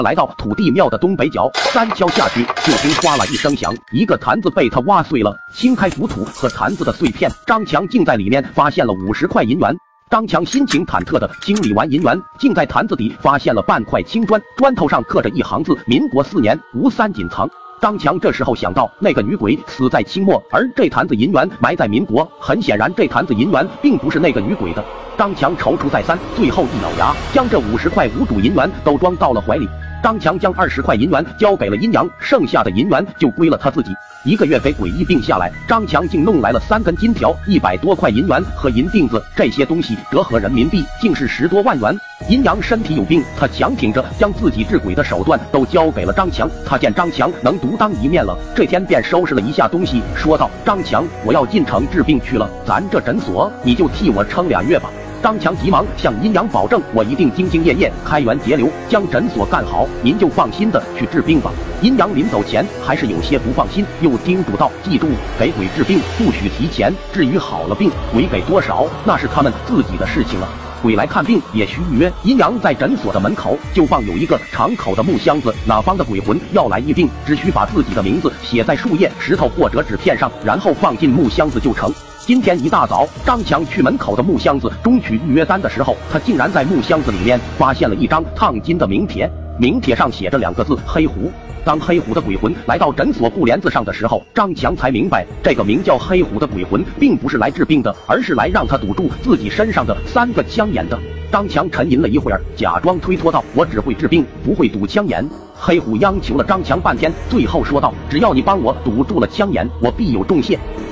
来到土地庙的东北角，3敲下去，就听哗啦一声响，一个坛子被他挖碎了，清开浮土和坛子的碎片，张强竟在里面发现了50块银元。张强心情忐忑地清理完银元，竟在坛子底发现了半块青砖，砖头上刻着一行字：民国4年无3谨藏。张强这时候想到，那个女鬼死在清末，而这坛子银元埋在民国，很显然这坛子银元并不是那个女鬼的。张强踌躇再三，最后一咬牙，将这50块无主银元都装到了怀里。张强将20块银元交给了阴阳，剩下的银元就归了他自己。1个月给诡异病下来，张强竟弄来了3根金条、100多块银元和银锭子，这些东西折合人民币竟是10多万元。阴阳身体有病，他强挺着将自己治鬼的手段都交给了张强。他见张强能独当一面了，这天便收拾了一下东西，说道：“张强，我要进城治病去了，咱这诊所你就替我撑2月吧。”张强急忙向阴阳保证：“我一定兢兢业业、开源节流，将诊所干好，您就放心的去治病吧。”阴阳临走前还是有些不放心，又叮嘱道：“记住，给鬼治病不许提钱，至于好了病，鬼给多少那是他们自己的事情了。鬼来看病也需预约。”阴阳在诊所的门口就放有一个敞口的木箱子，哪方的鬼魂要来医病，只需把自己的名字写在树叶、石头或者纸片上，然后放进木箱子就成。今天一大早，张强去门口的木箱子中取预约单的时候，他竟然在木箱子里面发现了一张烫金的名帖，名帖上写着2个字：黑虎。当黑虎的鬼魂来到诊所布帘子上的时候，张强才明白，这个名叫黑虎的鬼魂并不是来治病的，而是来让他堵住自己身上的3个枪眼的。张强沉吟了一会儿，假装推脱道：“我只会治病，不会堵枪眼。”黑虎央求了张强半天，最后说道：“只要你帮我堵住了枪眼，我必有重谢。”